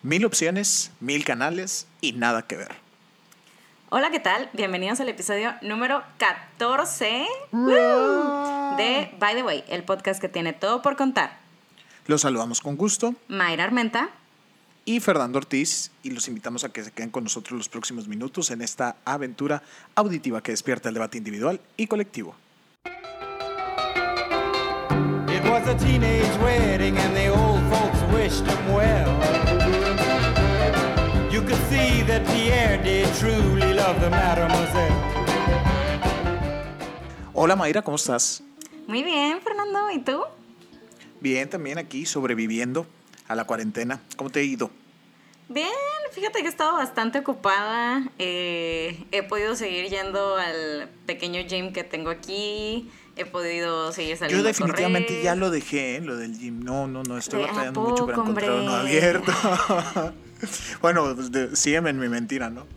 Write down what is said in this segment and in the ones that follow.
1000 opciones, 1000 canales y nada que ver. Hola, ¿qué tal? Bienvenidos al episodio número 14 de By the Way, el podcast que tiene todo por contar. Los saludamos con gusto. Mayra Armenta y Fernando Ortiz, y los invitamos a que se queden con nosotros los próximos minutos en esta aventura auditiva que despierta el debate individual y colectivo. It was a teenage wedding and the old folks wished him well. You could see that Pierre did truly love the mademoiselle. Hola Mayra, ¿cómo estás? Muy bien, Fernando, ¿y tú? Bien, también aquí sobreviviendo a la cuarentena. ¿Cómo te ha ido? Bien, fíjate que he estado bastante ocupada. He podido seguir yendo al pequeño gym que tengo aquí. He podido seguir saliendo. Yo definitivamente a correr. ya lo dejé, lo del gym. No, estoy batallando ¿A mucho para poco, encontrar uno hombre? abierto. Bueno, pues sígueme en mi mentira, ¿no?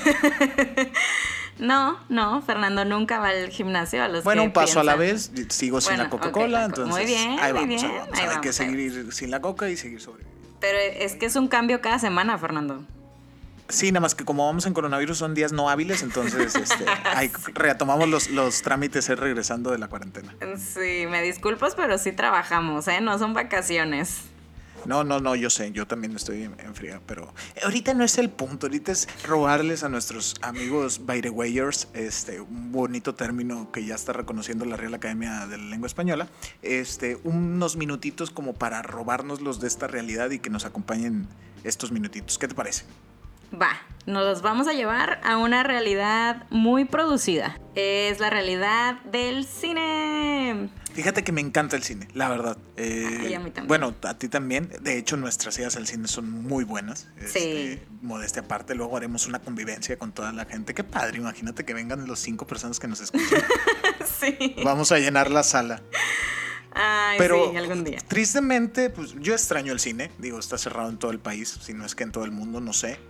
No, Fernando nunca va al gimnasio a los Bueno, que un paso a la piensan. vez, sigo sin Bueno, la Coca-Cola, ok, entonces muy bien, ahí muy vamos, bien, ahí vamos. ahí Hay vamos, que ahí seguir sin la Coca y seguir sobreviviendo. Pero es que es un cambio cada semana, Fernando. Sí, nada más que como vamos en coronavirus son días no hábiles, entonces ahí retomamos los trámites regresando de la cuarentena. Sí, me disculpas, pero sí trabajamos, ¿eh? No son vacaciones. No, yo sé, yo también estoy en fría, pero ahorita no es el punto, ahorita es robarles a nuestros amigos Bayrewayers, un bonito término que ya está reconociendo la Real Academia de la Lengua Española, unos minutitos como para robárnoslos de esta realidad y que nos acompañen estos minutitos. ¿Qué te parece? Va, nos los vamos a llevar a una realidad muy producida. Es la realidad del cine. Fíjate que me encanta el cine, la verdad. Y a mí también. Bueno, a ti también. De hecho, nuestras idas al cine son muy buenas. Sí. Modestia aparte, luego haremos una convivencia con toda la gente. Qué padre, imagínate que vengan los 5 personas que nos escuchan. Sí. Vamos a llenar la sala. Ay, Pero sí, algún día. tristemente, pues yo extraño el cine. Digo, está cerrado en todo el país, si no es que en todo el mundo, no sé.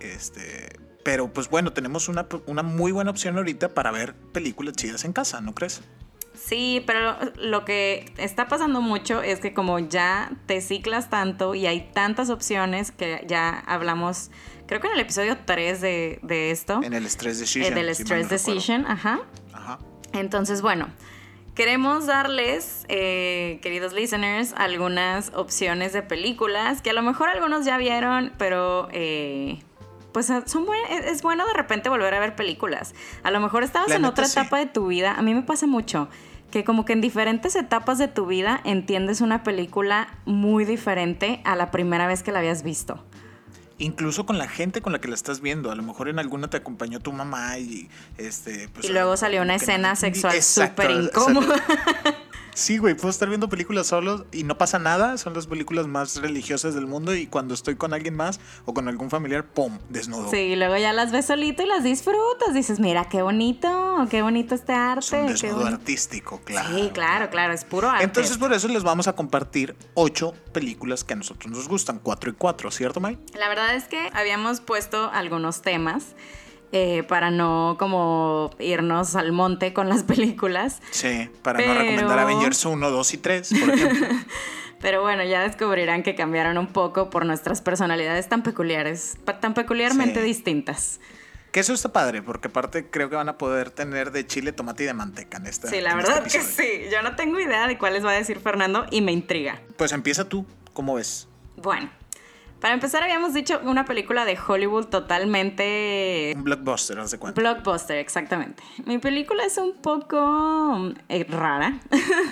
Pero pues bueno, tenemos una muy buena opción ahorita para ver películas chidas en casa, ¿no crees? Sí, pero lo que está pasando mucho es que como ya te ciclas tanto y hay tantas opciones que ya hablamos, creo que en el episodio 3 de esto. En el Stress Decision. Del Stress Decision, ajá. Entonces, bueno, queremos darles, queridos listeners, algunas opciones de películas que a lo mejor algunos ya vieron, pero pues es bueno de repente volver a ver películas. A lo mejor estabas en otra etapa de tu vida. A mí me pasa mucho que como que en diferentes etapas de tu vida entiendes una película muy diferente a la primera vez que la habías visto. Incluso con la gente con la que la estás viendo. A lo mejor en alguna te acompañó tu mamá y pues, y luego salió una escena sexual exacto, súper incómoda. Sí, güey, puedo estar viendo películas solos y no pasa nada. Son las películas más religiosas del mundo y cuando estoy con alguien más o con algún familiar, ¡pum!, desnudo. Sí, y luego ya las ves solito y las disfrutas. Dices, mira, qué bonito este arte. Es un desnudo artístico, claro. Sí, claro, es puro arte. Entonces por eso les vamos a compartir 8 películas que a nosotros nos gustan, 4 y 4, ¿cierto, May? La verdad es que habíamos puesto algunos temas para no como irnos al monte con las películas. Sí, para no recomendar Avengers 1, 2 y 3, por ejemplo. Pero bueno, ya descubrirán que cambiaron un poco por nuestras personalidades tan peculiares, tan peculiarmente distintas. Que eso está padre, porque aparte creo que van a poder tener de chile, tomate y de manteca en esta. Sí, la verdad que sí. Yo no tengo idea de cuáles va a decir Fernando y me intriga. Pues empieza tú, ¿cómo ves? Bueno, para empezar habíamos dicho una película de Hollywood totalmente... Un blockbuster, haz de cuenta. Blockbuster, exactamente. Mi película es un poco rara.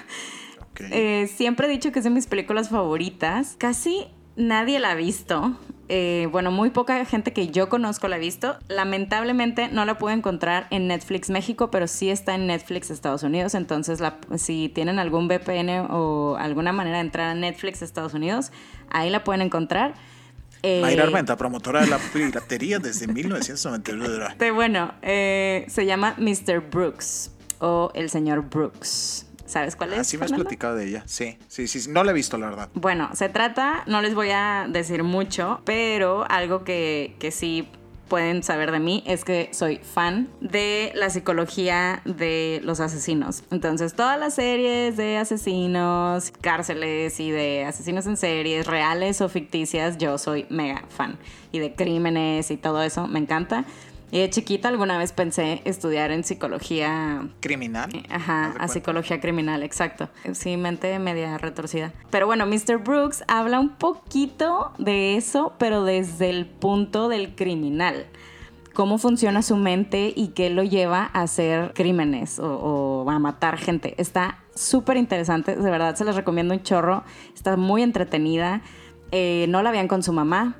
Okay. Siempre he dicho que es de mis películas favoritas. Casi nadie la ha visto. Bueno, muy poca gente que yo conozco la ha visto. Lamentablemente no la pude encontrar en Netflix México, pero sí está en Netflix Estados Unidos. Entonces, si tienen algún VPN o alguna manera de entrar a Netflix Estados Unidos, ahí la pueden encontrar. Mayra Armenta, promotora de la piratería desde 1992. Bueno, se llama Mr. Brooks o el señor Brooks. ¿Sabes cuál es? Sí me has platicado de ella, sí. No la he visto, la verdad. Bueno, se trata, no les voy a decir mucho, pero algo que sí pueden saber de mí es que soy fan de la psicología de los asesinos. Entonces, todas las series de asesinos, cárceles y de asesinos en series, reales o ficticias, yo soy mega fan. Y de crímenes y todo eso, me encanta. Y de chiquita alguna vez pensé estudiar en psicología... ¿Criminal? Ajá, a psicología criminal, exacto. Sí, mente media retorcida. Pero bueno, Mr. Brooks habla un poquito de eso, pero desde el punto del criminal. Cómo funciona su mente y qué lo lleva a hacer crímenes o a matar gente. Está súper interesante, de verdad se les recomiendo un chorro. Está muy entretenida. No la vean con su mamá.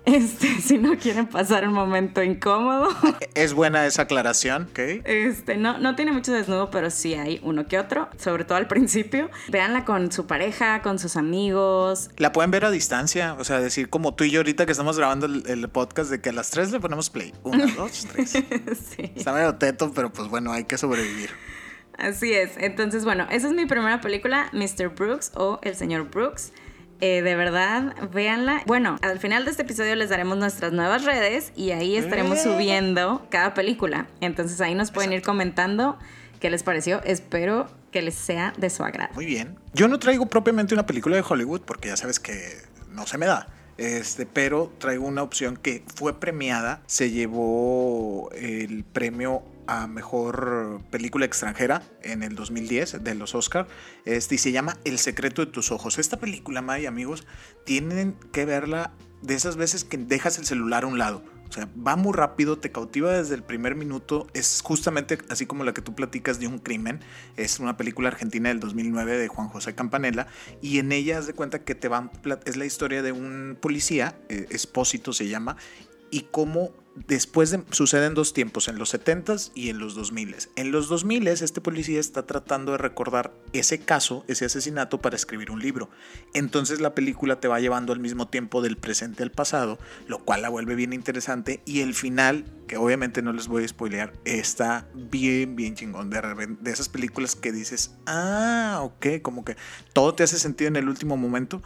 Si no quieren pasar un momento incómodo. Es buena esa aclaración, ¿ok? No tiene mucho desnudo, pero sí hay uno que otro, sobre todo al principio. Véanla con su pareja, con sus amigos. La pueden ver a distancia, o sea, decir como tú y yo ahorita que estamos grabando el podcast de que a las 3 le ponemos play. 1, 2, 3. Sí. Está medio teto, pero pues bueno, hay que sobrevivir. Así es. Entonces, bueno, esa es mi primera película, Mr. Brooks o El Señor Brooks. De verdad, véanla. Bueno, al final de este episodio les daremos nuestras nuevas redes y ahí estaremos subiendo cada película. Entonces ahí nos pueden ir comentando qué les pareció. Espero que les sea de su agrado. Muy bien. Yo no traigo propiamente una película de Hollywood porque ya sabes que no se me da. Pero traigo una opción que fue premiada. Se llevó el premio a mejor película extranjera en el 2010 de los Oscar, y se llama El secreto de tus ojos. Esta película, May, amigos, tienen que verla de esas veces que dejas el celular a un lado. O sea, va muy rápido, te cautiva desde el primer minuto. Es justamente así como la que tú platicas de un crimen. Es una película argentina del 2009 de Juan José Campanella. Y en ella haz de cuenta que es la historia de un policía, Espósito se llama, y cómo después suceden dos tiempos, en los 70s y en los 2000s. En los 2000s este policía está tratando de recordar ese caso, ese asesinato, para escribir un libro. Entonces la película te va llevando al mismo tiempo del presente al pasado, lo cual la vuelve bien interesante, y el final, que obviamente no les voy a spoilear, está bien chingón. De esas películas que dices, ok, como que todo te hace sentido en el último momento.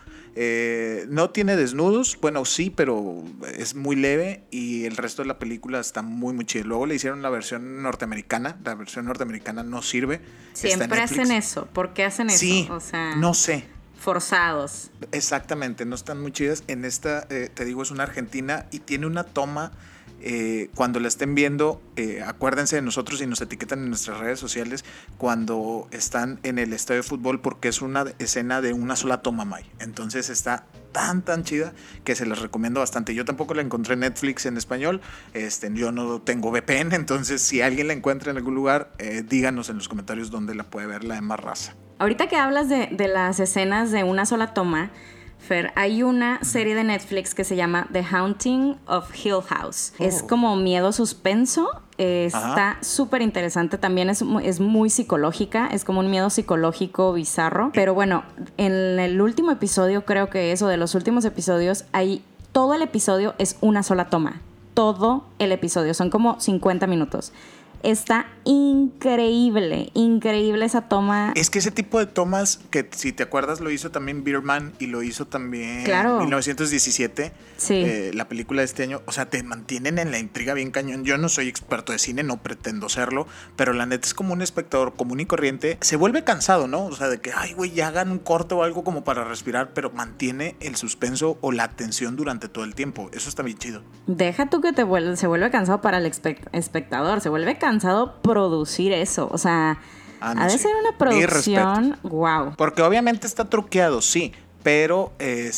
No tiene desnudos, bueno sí, pero es muy leve, y el resto de la película está muy chida. Luego le hicieron la versión norteamericana. La versión norteamericana no sirve. Siempre hacen eso. ¿Por qué hacen eso? Sí, o sea, no sé. Forzados. Exactamente, no están muy chidas. En esta, te digo, es una argentina y tiene una toma. Cuando la estén viendo, acuérdense de nosotros y nos etiquetan en nuestras redes sociales cuando están en el estadio de fútbol, porque es una escena de una sola toma, May. Entonces está tan chida que se las recomiendo bastante. Yo tampoco la encontré en Netflix en español. Yo no tengo VPN, entonces si alguien la encuentra en algún lugar, díganos en los comentarios dónde la puede ver la demás raza. Ahorita que hablas de las escenas de una sola toma, Fer, hay una serie de Netflix que se llama The Haunting of Hill House. Es como miedo suspenso. Está súper interesante. También es muy psicológica. Es como un miedo psicológico bizarro. Pero bueno, en el último episodio, creo que es, o de los últimos episodios, todo el episodio es una sola toma. Todo el episodio. Son como 50 minutos. Está increíble esa toma. Es que ese tipo de tomas, que si te acuerdas lo hizo también Birdman y lo hizo también claro. 1917, sí. La película de este año. O sea, te mantienen en la intriga bien cañón. Yo no soy experto de cine, no pretendo serlo, pero la neta es como un espectador común y corriente. Se vuelve cansado, ¿no? O sea, de que, güey, ya hagan un corte o algo como para respirar, pero mantiene el suspenso o la atención durante todo el tiempo. Eso está bien chido. Deja tú que se vuelve cansado para el espectador, se vuelve cansado producir eso, o sea, no, ha de sí. ser una producción, wow. Porque obviamente está truqueado, sí, pero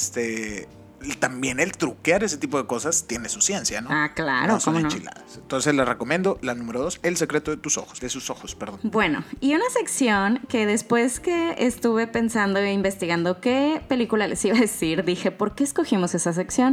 también el truquear ese tipo de cosas tiene su ciencia, ¿no? Claro, no son ¿cómo enchiladas. No? Entonces les recomiendo la número 2, El secreto de sus ojos, perdón. Bueno, y una sección que después que estuve pensando e investigando qué película les iba a decir, dije, ¿por qué escogimos esa sección?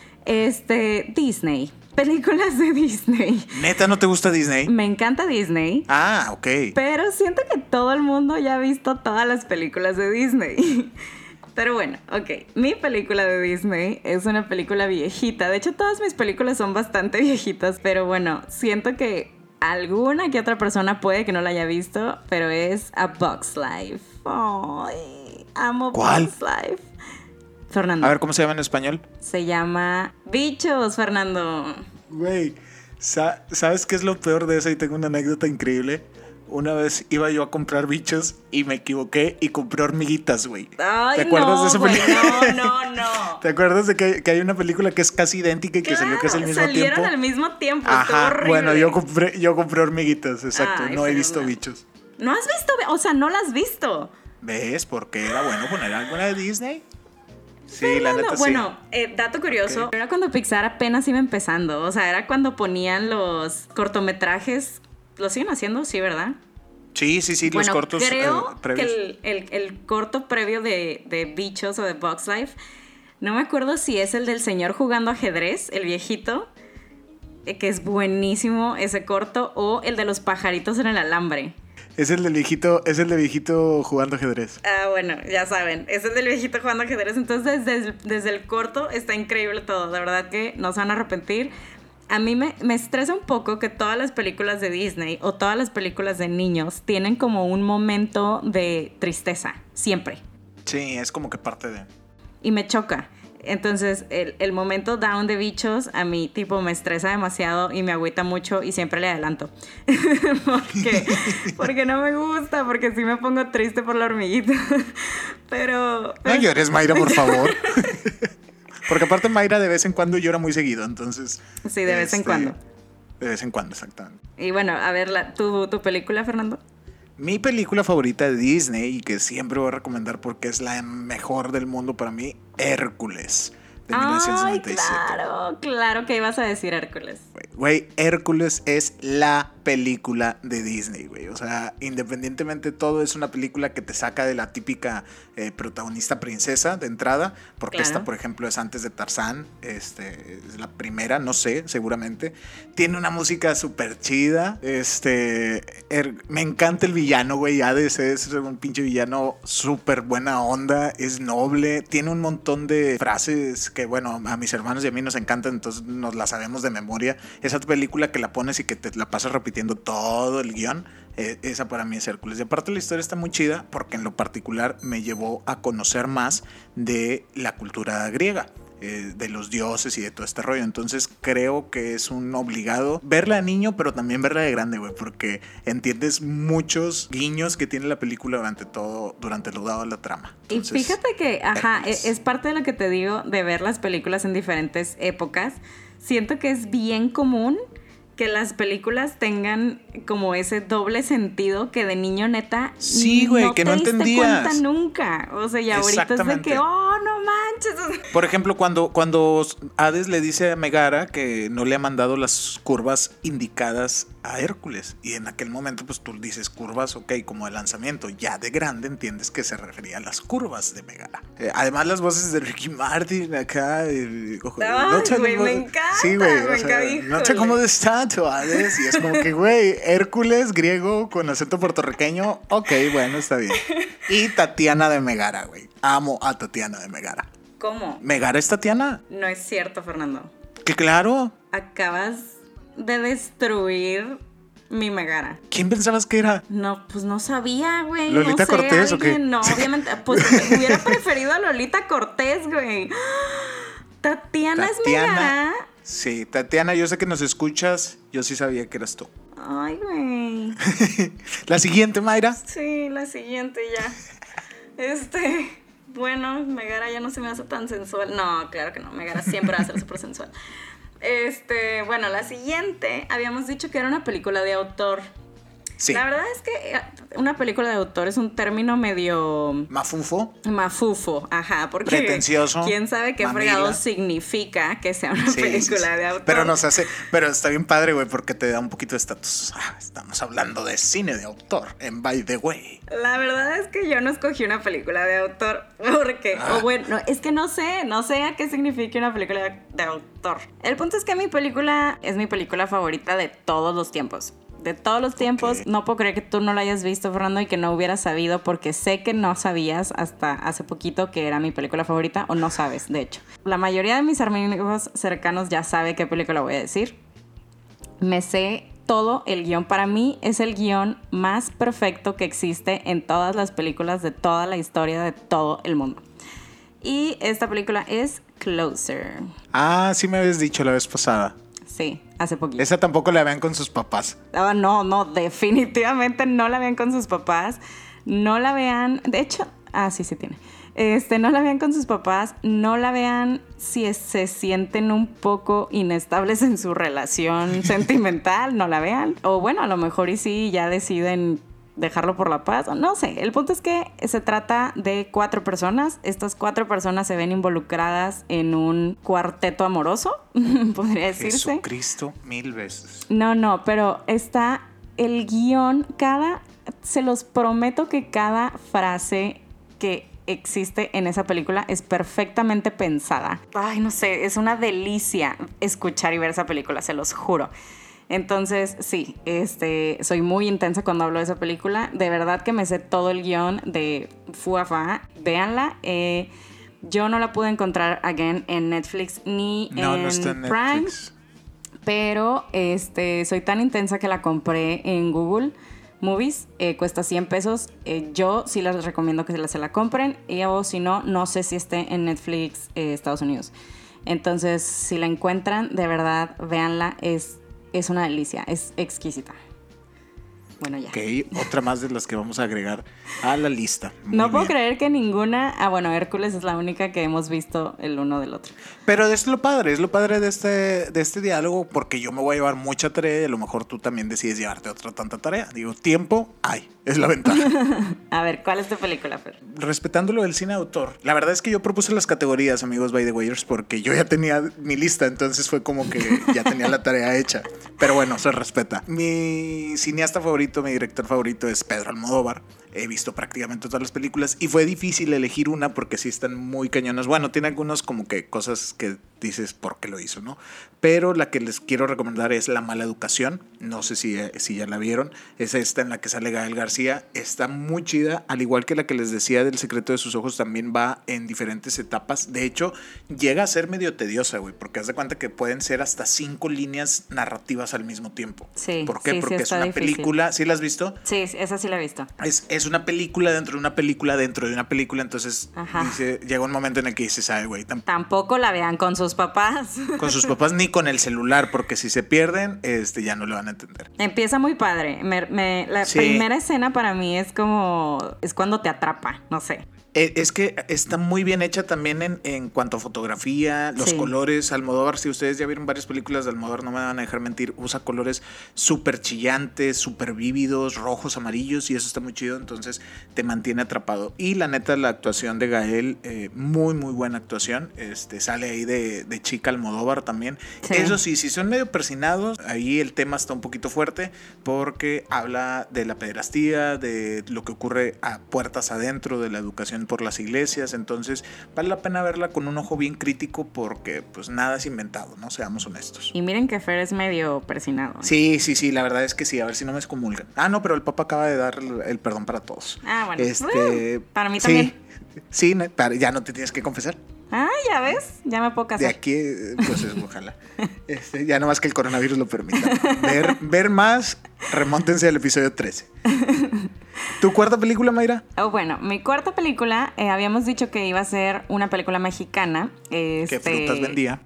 Disney. Películas de Disney. ¿Neta no te gusta Disney? Me encanta Disney. Ok. Pero siento que todo el mundo ya ha visto todas las películas de Disney. Pero bueno, ok. Mi película de Disney es una película viejita. De hecho, todas mis películas son bastante viejitas. Pero bueno, siento que alguna que otra persona puede que no la haya visto. Pero es A Bug's Life. Ay, amo ¿Cuál? Bug's Life. Fernando. A ver, ¿cómo se llama en español? Se llama Bichos, Fernando. Güey, ¿sabes qué es lo peor de eso? Y tengo una anécdota increíble. Una vez iba yo a comprar bichos y me equivoqué y compré hormiguitas, güey. Ay, ¿te acuerdas de esa película? No. ¿Te acuerdas de que hay una película que es casi idéntica y que salió casi al mismo tiempo? Salieron al mismo tiempo, Ajá, estuvo horrible. bueno, yo compré hormiguitas, exacto. Ay, no he Fernanda. visto bichos. ¿No has visto? O sea, no las has visto. ¿Ves? Porque era bueno poner alguna de Disney. Sí, Fernando, la neta sí. bueno, dato curioso, era cuando Pixar apenas iba empezando. O sea, era cuando ponían los cortometrajes. ¿Lo siguen haciendo? Sí, ¿verdad? Sí, Bueno, los cortos creo previos. que el corto previo de Bichos o de Bugs Life, no me acuerdo si es el del señor jugando ajedrez, el viejito, que es buenísimo ese corto, o el de los pajaritos en el alambre. Es el del viejito jugando ajedrez. Ah, bueno, ya saben, es el del viejito jugando ajedrez. Entonces, desde el corto está increíble todo. De verdad que no se van a arrepentir. A mí me estresa un poco que todas las películas de Disney o todas las películas de niños tienen como un momento de tristeza, siempre. Sí, es como que parte de... Y me choca. Entonces, el momento down de Bichos a mí, tipo, me estresa demasiado y me agüita mucho y siempre le adelanto. Porque no me gusta, porque sí me pongo triste por la hormiguita. Pero... No llores, Mayra, por favor. Porque aparte Mayra de vez en cuando llora muy seguido, entonces... Sí, de vez en cuando. De vez en cuando, exactamente. Y bueno, a ver, ¿tu película, Fernando? Mi película favorita de Disney, y que siempre voy a recomendar porque es la mejor del mundo para mí, Hércules, de 1997. Claro que ibas a decir Hércules. Güey, Hércules es la película de Disney, güey. O sea, independientemente de todo, es una película que te saca de la típica protagonista princesa de entrada, porque claro. Esta, por ejemplo, es antes de Tarzán, es la primera, no sé, seguramente. Tiene una música súper chida, me encanta el villano, güey. Hades es un pinche villano súper buena onda, es noble, tiene un montón de frases que, bueno, a mis hermanos y a mí nos encantan, entonces nos la sabemos de memoria. Esa película que la pones y que te la pasas repitiendo todo el guión, esa para mí es Hércules. Y aparte la historia está muy chida porque en lo particular me llevó a conocer más de la cultura griega, de los dioses y de todo este rollo. Entonces creo que es un obligado verla de niño, pero también verla de grande, güey, porque entiendes muchos guiños que tiene la película durante lo dado de la trama. Entonces, y fíjate que, Hércules. es parte de lo que te digo de ver las películas en diferentes épocas. Siento que es bien común que las películas tengan como ese doble sentido que de niño neta sí, güey, que no te diste entendías cuenta nunca. O sea, y ahorita es de que, oh, no manches. Por ejemplo, cuando Hades le dice a Megara que no le ha mandado las curvas indicadas a Hércules, y en aquel momento pues tú dices curvas, ok, como de lanzamiento. Ya de grande entiendes que se refería a las curvas de Megara. Además las voces de Ricky Martin acá. Ay, güey, me encanta. Sí, güey, no sé cómo está tu Hades, y es como que, güey, Hércules griego con acento puertorriqueño, ok, bueno, está bien. Y Tatiana de Megara, güey. Amo a Tatiana de Megara. ¿Cómo? ¿Megara es Tatiana? No es cierto, Fernando. Que claro. Acabas de destruir mi Megara. ¿Quién pensabas que era? No, pues no sabía, güey. ¿Lolita no sé, Cortés alguien, o qué? No, obviamente. Pues hubiera preferido a Lolita Cortés, güey. Tatiana es Megara. Sí, Tatiana, yo sé que nos escuchas. Yo sí sabía que eras tú. Ay, güey. La siguiente, Mayra. Sí, la siguiente ya. Bueno, Megara ya no se me hace tan sensual. No, claro que no. Megara siempre va a ser súper sensual. Bueno, la siguiente, habíamos dicho que era una película de autor. Sí. La verdad es que una película de autor es un término medio... Mafufo, ajá, porque... pretencioso. ¿Quién sabe qué fregado significa que sea una película de autor? Pero está bien padre, güey, porque te da un poquito de estatus. Estamos hablando de cine de autor, en By the Way. La verdad es que yo no escogí una película de autor, porque... O bueno, es que no sé a qué significa una película de autor. El punto es que mi película es mi película favorita de todos los tiempos. De todos los tiempos, okay. No puedo creer que tú no la hayas visto, Fernando, y que no hubieras sabido, porque sé que no sabías hasta hace poquito que era mi película favorita, o no sabes, de hecho. La mayoría de mis amigos cercanos ya sabe qué película voy a decir. Me sé todo el guión. Para mí es el guión más perfecto que existe en todas las películas de toda la historia de todo el mundo. Y esta película es Closer. Ah, sí me habías dicho la vez pasada. Sí, hace poquito. Esa tampoco la vean con sus papás. Oh, no, definitivamente no la vean con sus papás. No la vean, de hecho, sí tiene. No la vean con sus papás, no la vean si se sienten un poco inestables en su relación sentimental, no la vean. O bueno, a lo mejor y sí, ya deciden dejarlo por la paz, no sé. El punto es que se trata de 4 personas. Estas 4 personas se ven involucradas en un cuarteto amoroso, podría decirse. Jesucristo, 1000 veces. No, pero está el guión, se los prometo que cada frase que existe en esa película es perfectamente pensada. Ay, no sé, es una delicia escuchar y ver esa película, se los juro. Entonces, sí, soy muy intensa cuando hablo de esa película. De verdad que me sé todo el guión de fu a fa. Véanla. Yo no la pude encontrar en Netflix ni no está en Prime. Netflix. Pero soy tan intensa que la compré en Google Movies, cuesta $100. Yo sí les recomiendo que se la compren, o si no, no sé si esté en Netflix Estados Unidos. Entonces, si la encuentran, de verdad, véanla, es una delicia, es exquisita. Bueno, ya. Ok, otra más de las que vamos a agregar a la lista. No puedo creer que ninguna... bueno, Hércules es la única que hemos visto el uno del otro. Pero es lo padre de este diálogo, porque yo me voy a llevar mucha tarea y a lo mejor tú también decides llevarte otra tanta tarea. Digo, tiempo hay, es la ventaja. A ver, ¿cuál es tu película, Fer? Respetando lo del cine de autor, la verdad es que yo propuse las categorías, amigos by the Wayers, porque yo ya tenía mi lista, entonces fue como que ya tenía la tarea hecha. Pero bueno, se respeta. Mi cineasta favorito, mi director favorito es Pedro Almodóvar. He visto prácticamente todas las películas y fue difícil elegir una porque sí están muy cañonas. Bueno, tiene algunas como que cosas que dices por qué lo hizo, ¿no? Pero la que les quiero recomendar es La Mala Educación. No sé si ya la vieron. Es esta en la que sale Gael García. Está muy chida, al igual que la que les decía del Secreto de sus ojos, también va en diferentes etapas. De hecho, llega a ser medio tediosa, güey, porque haz de cuenta que pueden ser hasta 5 líneas narrativas al mismo tiempo. Sí. ¿Por qué? Sí, porque es una difícil. película. ¿Sí la has visto? Sí, esa sí la he visto. Es una película dentro de una película dentro de una película, entonces llega un momento en el que dices, ay, güey, tampoco la vean con sus papás. Con sus papás ni con el celular, porque si se pierden, ya no lo van a entender. Empieza muy padre. La primera escena para mí es cuando te atrapa, no sé. Es que está muy bien hecha también en cuanto a fotografía, los colores. Almodóvar, si ustedes ya vieron varias películas de Almodóvar, no me van a dejar mentir, usa colores súper chillantes, súper vívidos, rojos, amarillos, y eso está muy chido, entonces te mantiene atrapado. Y la neta, la actuación de Gael, muy muy buena actuación. Sale ahí de chica Almodóvar también. Sí. Eso sí, si son medio persinados, ahí el tema está un poquito fuerte porque habla de la pederastía, de lo que ocurre a puertas adentro de la educación por las iglesias, entonces vale la pena verla con un ojo bien crítico porque pues nada es inventado, ¿no? Seamos honestos. Y miren que Fer es medio persinado. Sí, la verdad es que sí, a ver si no me excomulgan. No, pero el Papa acaba de dar el perdón para todos. Bueno. Para mí también. Sí, ya no te tienes que confesar. Ya ves, ya me puedo casar. De aquí, pues ojalá. Ya no más que el coronavirus lo permita. Ver más, remóntense al episodio 13. ¿Tu cuarta película, Mayra? Bueno, mi cuarta película, habíamos dicho que iba a ser una película mexicana. ¿Qué frutas vendía?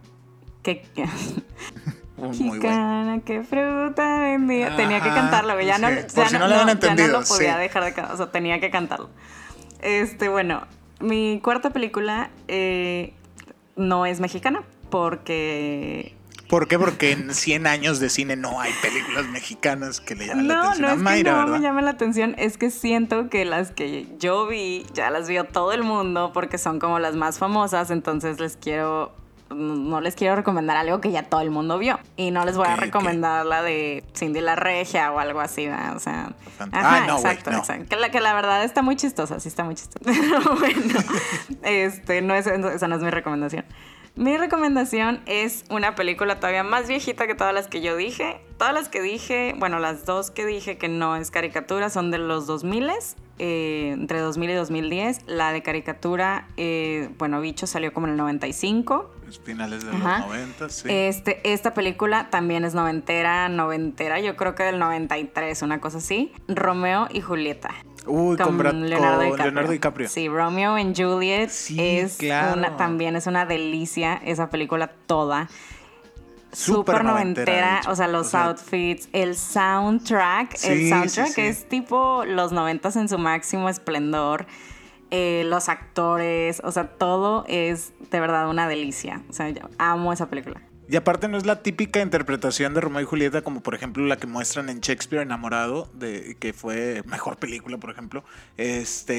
Muy bueno. ¿Qué fruta vendía? Tenía que cantarlo, ya no lo podía dejar de cantar, o sea, tenía que cantarlo. Bueno, mi cuarta película no es mexicana porque... ¿Por qué? Porque en 100 años de cine no hay películas mexicanas que le llamen la atención a Mayra, ¿verdad? No me llaman la atención, es que siento que las que yo vi ya las vio todo el mundo porque son como las más famosas, entonces no les quiero recomendar algo que ya todo el mundo vio. Y no les voy a recomendar la de Cindy la Regia o algo así, ¿verdad? O sea... exacto. Que la verdad está muy chistosa, sí está muy chistosa. Pero bueno, esa no es mi recomendación. Mi recomendación es una película todavía más viejita que todas las que yo dije. Todas las que dije, bueno, las dos que dije que no es caricatura son de los 2000s, entre 2000 y 2010. La de caricatura, Bicho salió como en el 95. Finales de los 90, sí. Esta película también es noventera, yo creo que del 93, una cosa así. Romeo y Julieta. Con Leonardo DiCaprio. Sí, Romeo and Juliet también es una delicia esa película toda. súper noventera, o sea, los outfits, el soundtrack, es tipo los 90s en su máximo esplendor, los actores, o sea, todo es de verdad una delicia. O sea, yo amo esa película. Y aparte no es la típica interpretación de Romeo y Julieta como por ejemplo la que muestran en Shakespeare Enamorado, que fue mejor película por ejemplo, que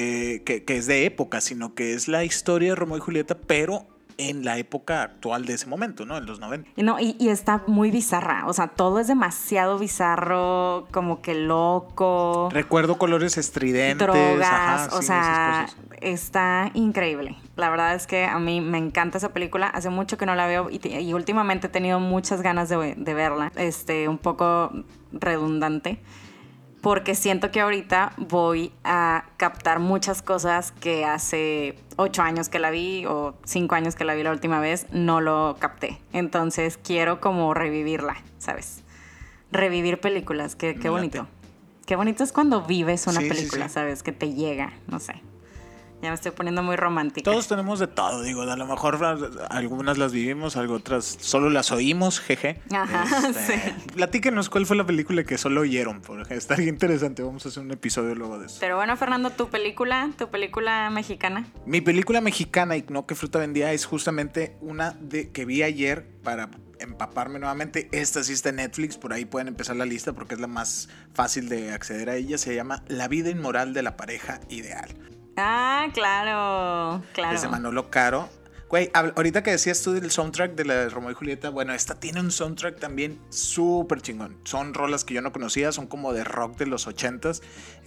es de época, sino que es la historia de Romeo y Julieta, pero en la época actual de ese momento, ¿no? En los 90. Y está muy bizarra, o sea, todo es demasiado bizarro, como que loco. Recuerdo colores estridentes. Drogas, o sea, está increíble. La verdad es que a mí me encanta esa película, hace mucho que no la veo y últimamente he tenido muchas ganas de verla, un poco redundante. Porque siento que ahorita voy a captar muchas cosas que hace 8 años que la vi o 5 años que la vi la última vez, no lo capté. Entonces quiero como revivirla, ¿sabes? Revivir películas, qué bonito. Qué bonito es cuando vives una película, ¿sabes? Que te llega, no sé. Ya me estoy poniendo muy romántica. Todos tenemos de todo, digo, a lo mejor algunas las vivimos, otras solo las oímos, jeje. Ajá, sí. Platíquenos cuál fue la película que solo oyeron, porque estaría interesante, vamos a hacer un episodio luego de eso. Pero bueno, Fernando, tu película mexicana. Mi película mexicana, y no que fruta vendía, es justamente una que vi ayer para empaparme nuevamente. Esta sí está en Netflix, por ahí pueden empezar la lista porque es la más fácil de acceder a ella. Se llama La vida inmoral de la pareja ideal. Ah, claro. Es de Manolo Caro. Güey, ahorita que decías tú del soundtrack de la de Romeo y Julieta, bueno, esta tiene un soundtrack también súper chingón. Son rolas que yo no conocía, son como de rock de los 80s,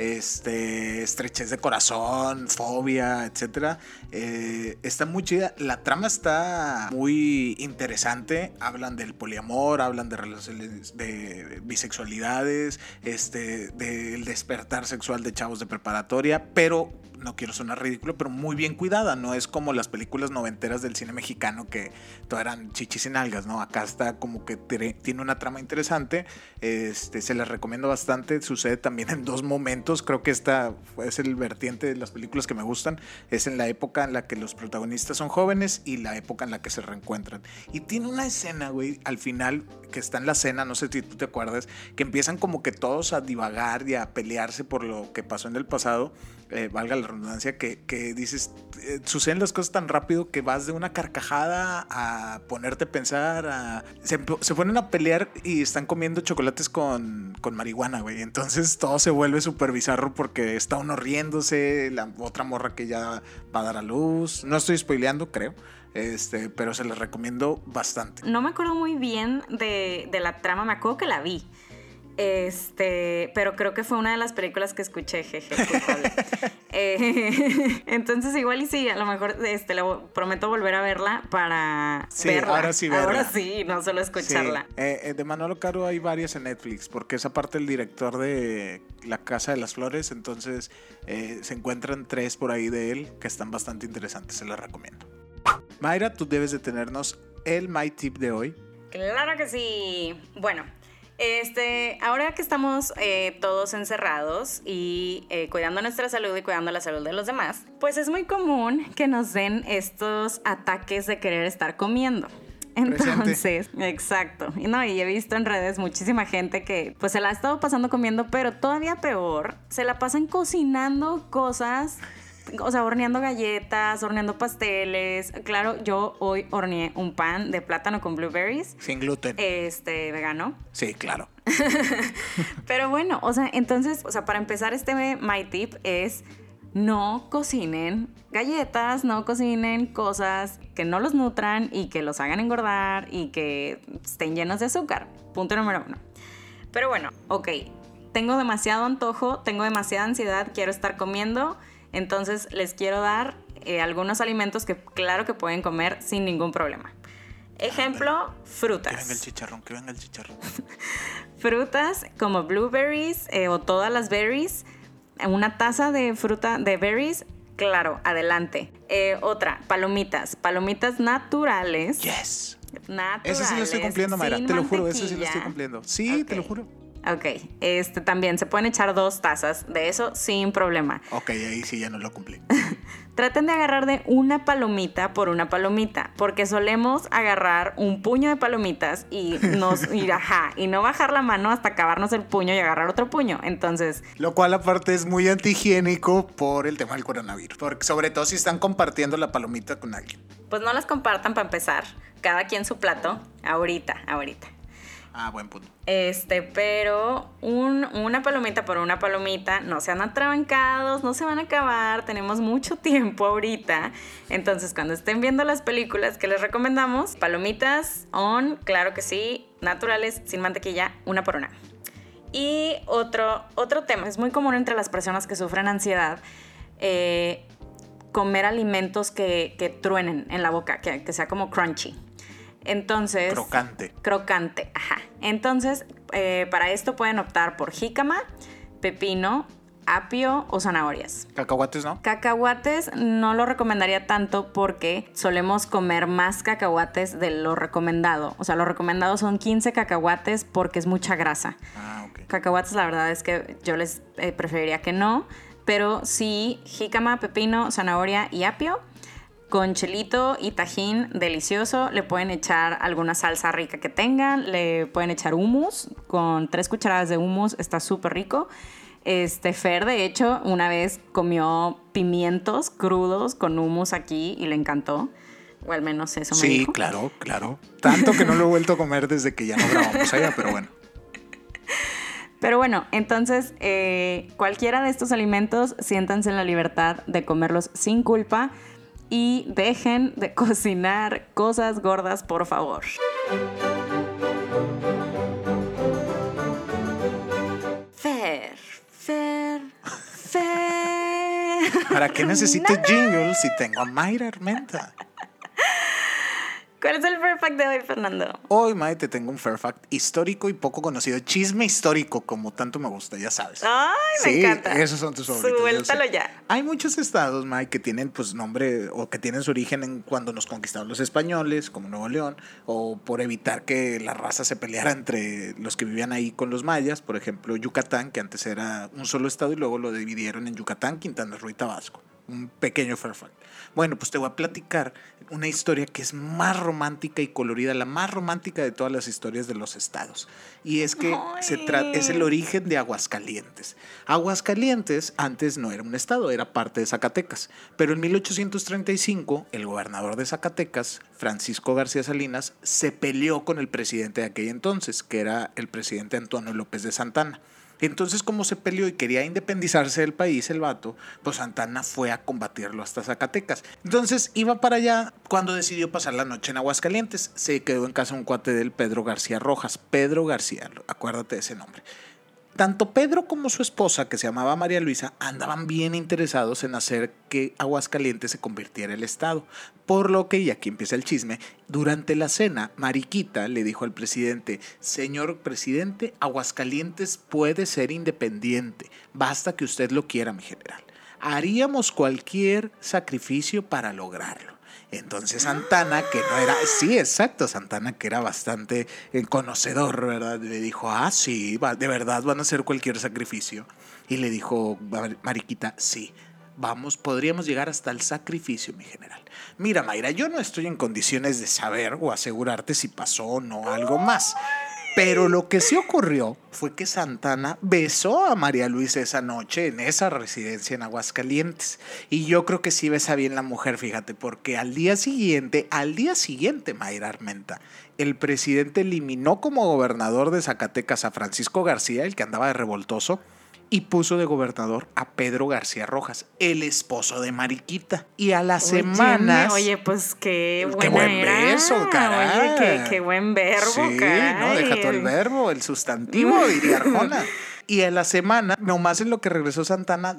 Estrechez de Corazón, Fobia, etc. Está muy chida, la trama está muy interesante, hablan del poliamor, hablan de relaciones, de bisexualidades, del despertar sexual de chavos de preparatoria, pero no quiero sonar ridículo, pero muy bien cuidada, no es como las películas noventeras del cine mexicano que todo eran chichis y nalgas, ¿no? Acá está como que tiene una trama interesante, se las recomiendo bastante, sucede también en 2 momentos, creo que esta es el vertiente de las películas que me gustan, es en la época en la que los protagonistas son jóvenes y la época en la que se reencuentran, y tiene una escena, güey, al final, que está en la cena, no sé si tú te acuerdas, que empiezan como que todos a divagar y a pelearse por lo que pasó en el pasado, valga la redundancia, que dices, suceden las cosas tan rápido que vas de una carcajada a ponerte a pensar, se ponen a pelear y están comiendo chocolates con marihuana, güey. Entonces todo se vuelve súper bizarro porque está uno riéndose, la otra morra que ya va a dar a luz. No estoy spoileando, creo. Pero se les recomiendo bastante. No me acuerdo muy bien de la trama, me acuerdo que la vi. Pero creo que fue una de las películas que escuché, jeje, culpable. Entonces igual y sí, a lo mejor le prometo volver a verla para verla. Ahora sí verla. Ahora sí, no solo escucharla. Sí. De Manolo Caro hay varias en Netflix, porque es aparte el director de La Casa de las Flores, entonces se encuentran 3 por ahí de él que están bastante interesantes, se las recomiendo. Mayra, tú debes de tenernos el My Tip de hoy. Claro que sí. Bueno, ahora que estamos todos encerrados y cuidando nuestra salud y cuidando la salud de los demás, pues es muy común que nos den estos ataques de querer estar comiendo. Entonces, exacto. Y he visto en redes muchísima gente que pues se la ha estado pasando comiendo, pero todavía peor, se la pasan cocinando cosas. O sea, horneando galletas, horneando pasteles. Claro, yo hoy horneé un pan de plátano con blueberries. Sin gluten. Vegano. Sí, claro. Pero bueno, o sea, entonces, para empezar My Tip es no cocinen galletas, no cocinen cosas que no los nutran y que los hagan engordar y que estén llenos de azúcar. Punto número 1. Pero bueno, ok, tengo demasiado antojo, tengo demasiada ansiedad, quiero estar comiendo. Entonces les quiero dar algunos alimentos que claro que pueden comer sin ningún problema. Ejemplo, frutas. Que venga el chicharrón. Frutas como blueberries o todas las berries. Una taza de fruta de berries, claro, adelante. Otra, palomitas naturales. Yes. Naturales. Ese sí lo estoy cumpliendo, Mayra. Te lo juro, ese sí lo estoy cumpliendo. Sí, okay. Te lo juro. Ok, también se pueden echar 2 tazas de eso sin problema. Ok, ahí sí ya no lo cumplí. Traten de agarrar de una palomita por una palomita, porque solemos agarrar un puño de palomitas y no bajar la mano hasta acabarnos el puño y agarrar otro puño. Entonces, lo cual aparte es muy antihigiénico por el tema del coronavirus, porque sobre todo si están compartiendo la palomita con alguien. Pues no las compartan para empezar, cada quien su plato, ahorita. Ah, buen punto. Pero una palomita por una palomita, no sean atrabancados, no se van a acabar, tenemos mucho tiempo ahorita. Entonces, cuando estén viendo las películas que les recomendamos, palomitas on, claro que sí, naturales, sin mantequilla, una por una. Y otro tema, es muy común entre las personas que sufren ansiedad, comer alimentos que truenen en la boca, que sea como crunchy. Entonces... Crocante, ajá. Entonces, para esto pueden optar por jícama, pepino, apio o zanahorias. ¿Cacahuates no? Cacahuates no lo recomendaría tanto porque solemos comer más cacahuates de lo recomendado. O sea, lo recomendado son 15 cacahuates porque es mucha grasa. Ah, ok. Cacahuates, la verdad es que yo les preferiría que no. Pero sí, jícama, pepino, zanahoria y apio. Con chilito y tajín delicioso, le pueden echar alguna salsa rica que tengan, le pueden echar hummus, con 3 cucharadas de hummus, está súper rico. Fer, de hecho, una vez comió pimientos crudos con hummus aquí y le encantó, o al menos eso me dijo. Sí, claro. Tanto que no lo he vuelto a comer desde que ya no grabamos allá, pero bueno. Pero bueno, entonces, cualquiera de estos alimentos, siéntanse en la libertad de comerlos sin culpa. Y dejen de cocinar cosas gordas, por favor. Fer. ¿Para qué necesito jingles si tengo a Mayra Armenta? ¿Cuál es el fair fact de hoy, Fernando? Hoy, May, te tengo un fair fact histórico y poco conocido. Chisme histórico, como tanto me gusta, ya sabes. ¡Ay, me encanta! Esos son tus favoritos. Suéltalo ya. Hay muchos estados, May, que tienen pues nombre o que tienen su origen en cuando nos conquistaron los españoles, como Nuevo León, o por evitar que la raza se peleara entre los que vivían ahí con los mayas. Por ejemplo, Yucatán, que antes era un solo estado y luego lo dividieron en Yucatán, Quintana Roo y Tabasco. Un pequeño fair fact. Bueno, pues te voy a platicar una historia que es más romántica y colorida, la más romántica de todas las historias de los estados. Y es que es el origen de Aguascalientes. Aguascalientes antes no era un estado, era parte de Zacatecas. Pero en 1835, el gobernador de Zacatecas, Francisco García Salinas, se peleó con el presidente de aquel entonces, que era el presidente Antonio López de Santana. Entonces, como se peleó y quería independizarse del país, el vato, pues Santana fue a combatirlo hasta Zacatecas. Entonces, iba para allá cuando decidió pasar la noche en Aguascalientes. Se quedó en casa un cuate del Pedro García Rojas. Pedro García, acuérdate de ese nombre. Tanto Pedro como su esposa, que se llamaba María Luisa, andaban bien interesados en hacer que Aguascalientes se convirtiera en el estado. Por lo que, y aquí empieza el chisme, durante la cena, Mariquita le dijo al presidente: señor presidente, Aguascalientes puede ser independiente, basta que usted lo quiera, mi general. Haríamos cualquier sacrificio para lograrlo. Entonces Santana, que no era... Sí, exacto, Santana, que era bastante conocedor, ¿verdad? Le dijo, sí, de verdad van a hacer cualquier sacrificio. Y le dijo Mariquita, sí, podríamos llegar hasta el sacrificio, mi general. Mira, Mayra, yo no estoy en condiciones de saber o asegurarte si pasó o no algo más. Pero lo que sí ocurrió fue que Santana besó a María Luisa esa noche en esa residencia en Aguascalientes. Y yo creo que sí besa bien la mujer, fíjate, porque al día siguiente, Mayra Armenta, el presidente eliminó como gobernador de Zacatecas a Francisco García, el que andaba de revoltoso, y puso de gobernador a Pedro García Rojas, el esposo de Mariquita. Y a las semanas... Oye, pues qué buena ¡Qué buen era. beso, caray! Oye, qué buen verbo, sí, caray. No, deja todo el verbo, el sustantivo, diría Arjona. Y a la semana, nomás en lo que regresó Santana,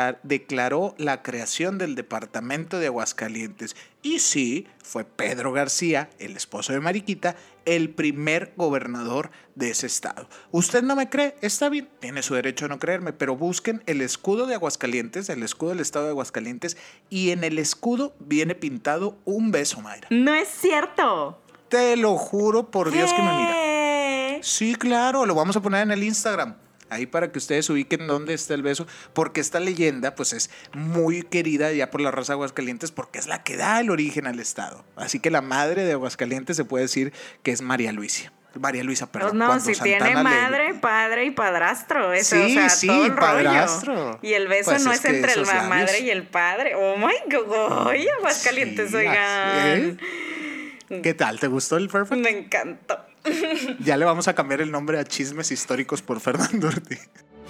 declaró la creación del departamento de Aguascalientes. Y sí, fue Pedro García, el esposo de Mariquita, el primer gobernador de ese estado. ¿Usted no me cree? Está bien, tiene su derecho a no creerme, pero busquen el escudo de Aguascalientes, el escudo del estado de Aguascalientes, y en el escudo viene pintado un beso, Mayra. No es cierto. Te lo juro por Dios que me mira. Sí, claro, lo vamos a poner en el Instagram. Ahí para que ustedes ubiquen dónde está el beso, porque esta leyenda pues es muy querida ya por la raza de Aguascalientes porque es la que da el origen al estado. Así que la madre de Aguascalientes se puede decir que es María Luisa, perdón. Pues no, si Santana tiene madre, padre y padrastro. Eso, sí, o sea, sí, todo el padrastro. Rollo. Y el beso Pues no es entre la madre y el padre. Oh my God, oye, Aguascalientes, Sí, oigan. ¿Qué tal? ¿Te gustó el Perfect? Me encantó. Ya le vamos a cambiar el nombre a Chismes Históricos por Fernando Ortiz.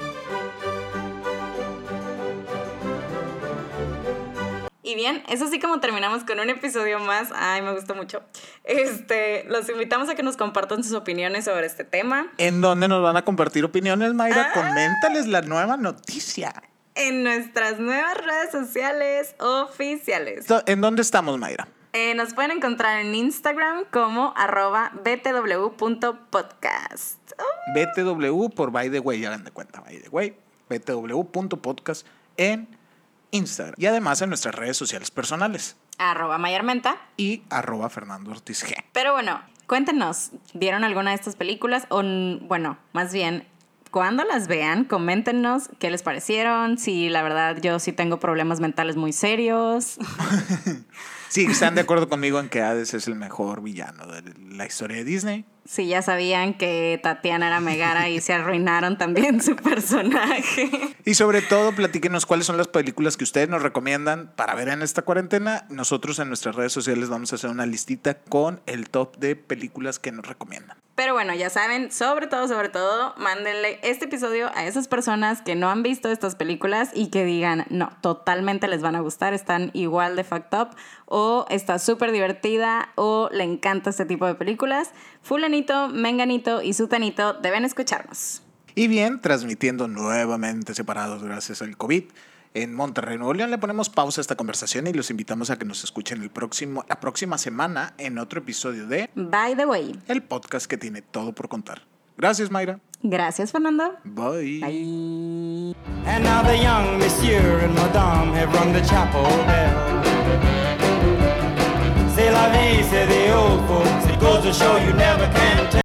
Y bien, es así como terminamos con un episodio más. Ay, me gustó mucho. Los invitamos a que nos compartan sus opiniones sobre este tema. ¿En dónde nos van a compartir opiniones, Mayra? Coméntales la nueva noticia. En nuestras nuevas redes sociales oficiales. ¿En dónde estamos, Mayra? Nos pueden encontrar en Instagram como @btw.podcast. BTW por By the Way, hagan de cuenta, By the Way, btw.podcast en Instagram. Y además en nuestras redes sociales personales. @mayarmenta y @Fernando Ortiz G. Pero bueno, cuéntenos, ¿vieron alguna de estas películas? O bueno, más bien, cuando las vean, coméntenos qué les parecieron. Si la verdad yo sí tengo problemas mentales muy serios. Sí, están de acuerdo conmigo en que Hades es el mejor villano de la historia de Disney. Sí, ya sabían que Tatiana era Megara y se arruinaron también su personaje. Y sobre todo, platíquenos cuáles son las películas que ustedes nos recomiendan para ver en esta cuarentena. Nosotros en nuestras redes sociales vamos a hacer una listita con el top de películas que nos recomiendan. Pero bueno, ya saben, sobre todo, mándenle este episodio a esas personas que no han visto estas películas y que digan, no, totalmente les van a gustar, están igual de fucked up, o está súper divertida, o le encanta este tipo de películas. Fulanito, menganito y sutanito deben escucharnos. Y bien, transmitiendo nuevamente separados gracias al COVID. En Monterrey, Nuevo León, le ponemos pausa a esta conversación y los invitamos a que nos escuchen la próxima semana en otro episodio de By the Way, el podcast que tiene todo por contar. Gracias, Mayra. Gracias, Fernando. Bye. Bye. And now the young monsieur and madame have rung the chapel bell. C'est la vie, say the old folks. It goes to show you never can tell.